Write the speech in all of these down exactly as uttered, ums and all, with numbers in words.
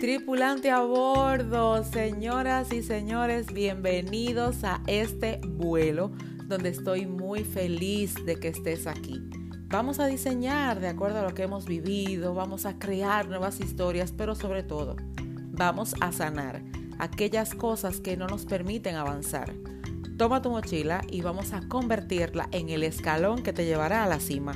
Tripulante a bordo, señoras y señores, bienvenidos a este vuelo donde estoy muy feliz de que estés aquí. Vamos a diseñar de acuerdo a lo que hemos vivido, vamos a crear nuevas historias, pero sobre todo, vamos a sanar aquellas cosas que no nos permiten avanzar. Toma tu mochila y vamos a convertirla en el escalón que te llevará a la cima.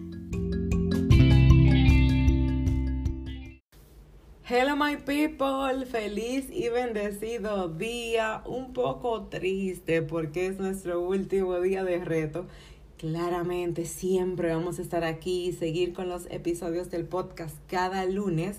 Hello my people, feliz y bendecido día, un poco triste porque es nuestro último día de reto. Claramente siempre vamos a estar aquí y seguir con los episodios del podcast cada lunes,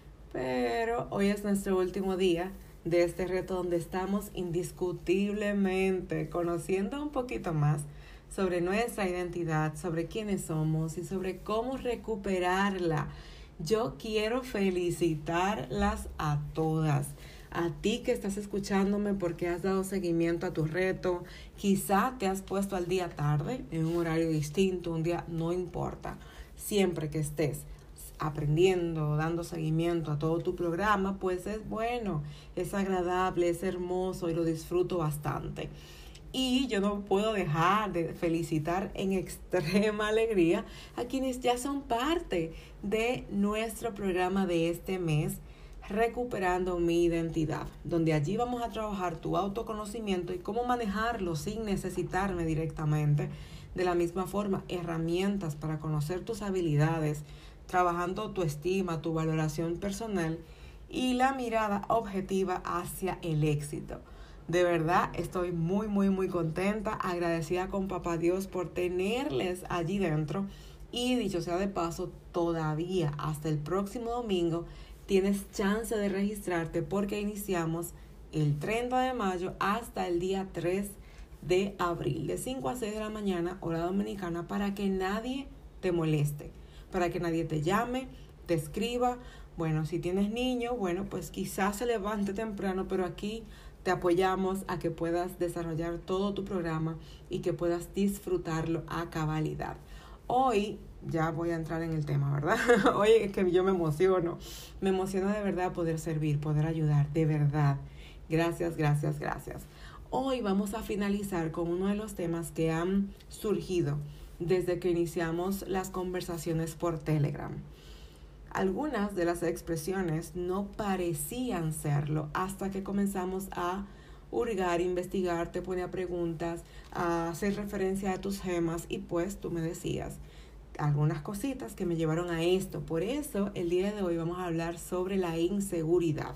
pero hoy es nuestro último día de este reto donde estamos indiscutiblemente conociendo un poquito más sobre nuestra identidad, sobre quiénes somos y sobre cómo recuperarla. Yo quiero felicitarlas a todas, a ti que estás escuchándome porque has dado seguimiento a tu reto, quizá te has puesto al día tarde, en un horario distinto, un día, no importa, siempre que estés aprendiendo, dando seguimiento a todo tu programa, pues es bueno, es agradable, es hermoso y lo disfruto bastante. Y yo no puedo dejar de felicitar en extrema alegría a quienes ya son parte de nuestro programa de este mes, Recuperando mi Identidad, donde allí vamos a trabajar tu autoconocimiento y cómo manejarlo sin necesitarme directamente. De la misma forma, herramientas para conocer tus habilidades, trabajando tu estima, tu valoración personal y la mirada objetiva hacia el éxito. De verdad, estoy muy, muy, muy contenta, agradecida con Papá Dios por tenerles allí dentro. Y dicho sea de paso, todavía hasta el próximo domingo tienes chance de registrarte porque iniciamos el treinta de mayo hasta el día tres de abril, de cinco a seis de la mañana, hora dominicana, para que nadie te moleste, para que nadie te llame, te escriba. Bueno, si tienes niños, bueno, pues quizás se levante temprano, pero aquí te apoyamos a que puedas desarrollar todo tu programa y que puedas disfrutarlo a cabalidad. Hoy ya voy a entrar en el tema, ¿verdad? Hoy es que yo me emociono. Me emociona de verdad poder servir, poder ayudar, de verdad. Gracias, gracias, gracias. Hoy vamos a finalizar con uno de los temas que han surgido desde que iniciamos las conversaciones por Telegram. Algunas de las expresiones no parecían serlo hasta que comenzamos a hurgar, investigar, te ponía preguntas, a hacer referencia a tus gemas y pues tú me decías algunas cositas que me llevaron a esto. Por eso el día de hoy vamos a hablar sobre la inseguridad.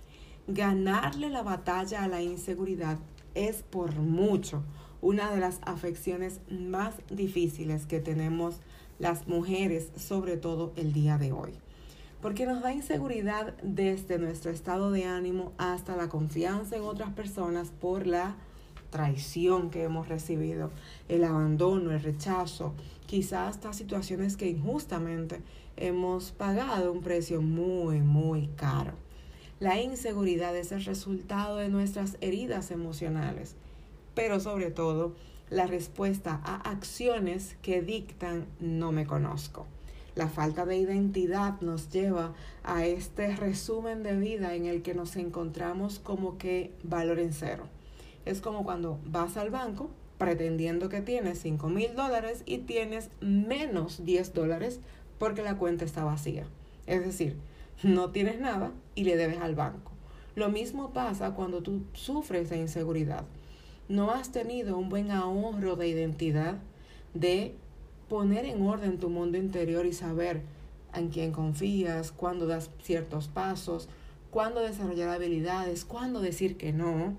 Ganarle la batalla a la inseguridad es por mucho una de las afecciones más difíciles que tenemos las mujeres, sobre todo el día de hoy. Porque nos da inseguridad desde nuestro estado de ánimo hasta la confianza en otras personas por la traición que hemos recibido, el abandono, el rechazo, quizás hasta situaciones que injustamente hemos pagado un precio muy, muy caro. La inseguridad es el resultado de nuestras heridas emocionales, pero sobre todo la respuesta a acciones que dictan no me conozco. La falta de identidad nos lleva a este resumen de vida en el que nos encontramos como que valor en cero. Es como cuando vas al banco pretendiendo que tienes cinco mil dólares y tienes menos diez dólares porque la cuenta está vacía. Es decir, no tienes nada y le debes al banco. Lo mismo pasa cuando tú sufres de inseguridad. No has tenido un buen ahorro de identidad, de poner en orden tu mundo interior y saber en quién confías, cuándo das ciertos pasos, cuándo desarrollar habilidades, cuándo decir que no.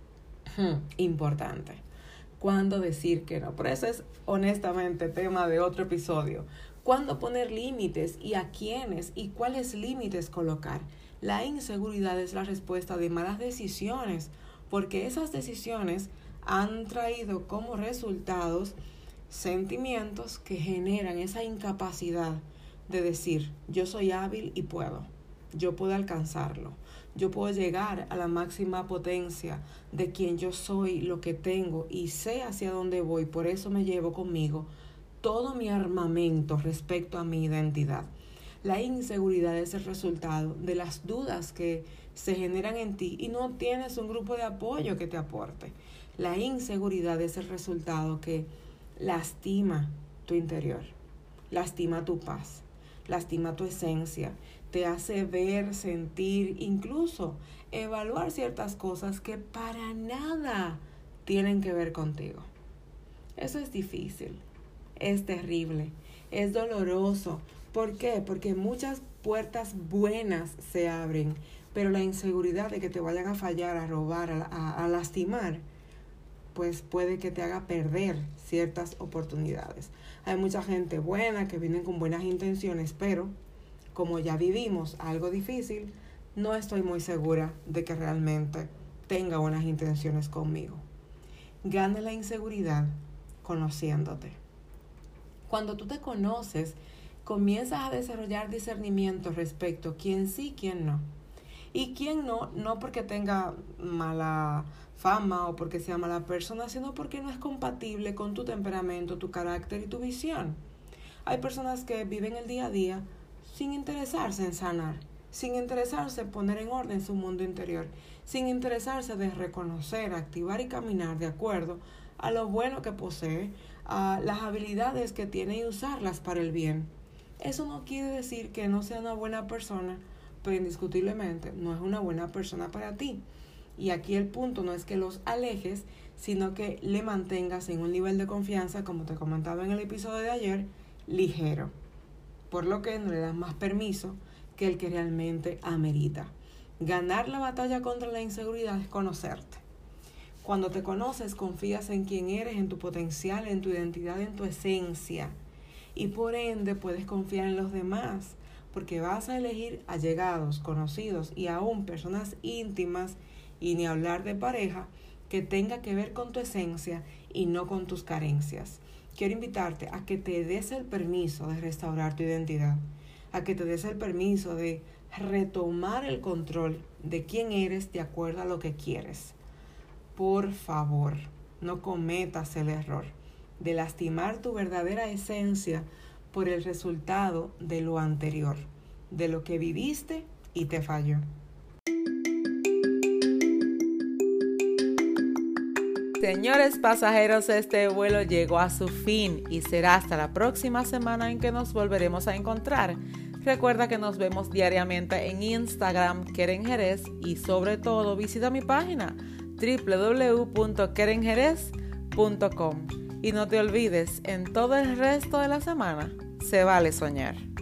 Importante. Cuándo decir que no. Por eso es honestamente tema de otro episodio. Cuándo poner límites y a quiénes y cuáles límites colocar. La inseguridad es la respuesta de malas decisiones, porque esas decisiones han traído como resultados sentimientos que generan esa incapacidad de decir, yo soy hábil y puedo, yo puedo alcanzarlo, yo puedo llegar a la máxima potencia de quien yo soy, lo que tengo y sé hacia dónde voy, por eso me llevo conmigo todo mi armamento respecto a mi identidad. La inseguridad es el resultado de las dudas que se generan en ti y no tienes un grupo de apoyo que te aporte. La inseguridad es el resultado que lastima tu interior, lastima tu paz, lastima tu esencia, te hace ver, sentir, incluso evaluar ciertas cosas que para nada tienen que ver contigo. Eso es difícil, es terrible, es doloroso. ¿Por qué? Porque muchas puertas buenas se abren, pero la inseguridad de que te vayan a fallar, a robar, a, a, a lastimar, pues puede que te haga perder ciertas oportunidades. Hay mucha gente buena que viene con buenas intenciones, pero como ya vivimos algo difícil, no estoy muy segura de que realmente tenga buenas intenciones conmigo. Gana la inseguridad conociéndote. Cuando tú te conoces, comienzas a desarrollar discernimiento respecto a quién sí, quién no. Y quién no, no porque tenga mala fama o porque sea mala persona, sino porque no es compatible con tu temperamento, tu carácter y tu visión. Hay personas que viven el día a día sin interesarse en sanar, sin interesarse en poner en orden su mundo interior, sin interesarse de reconocer, activar y caminar de acuerdo a lo bueno que posee, a las habilidades que tiene y usarlas para el bien. Eso no quiere decir que no sea una buena persona, pero indiscutiblemente no es una buena persona para ti. Y aquí el punto no es que los alejes, sino que le mantengas en un nivel de confianza, como te comentaba en el episodio de ayer, ligero. Por lo que no le das más permiso que el que realmente amerita. Ganar la batalla contra la inseguridad es conocerte. Cuando te conoces, confías en quién eres, en tu potencial, en tu identidad, en tu esencia. Y por ende puedes confiar en los demás, porque vas a elegir allegados, conocidos y aún personas íntimas, y ni hablar de pareja, que tenga que ver con tu esencia y no con tus carencias. Quiero invitarte a que te des el permiso de restaurar tu identidad, a que te des el permiso de retomar el control de quién eres de acuerdo a lo que quieres. Por favor, no cometas el error de lastimar tu verdadera esencia por el resultado de lo anterior, de lo que viviste y te falló. Señores pasajeros, este vuelo llegó a su fin y será hasta la próxima semana en que nos volveremos a encontrar. Recuerda que nos vemos diariamente en Instagram, Keren Jerez, y sobre todo visita mi página doble u doble u doble u punto keren jerez punto com. Y no te olvides, en todo el resto de la semana, se vale soñar.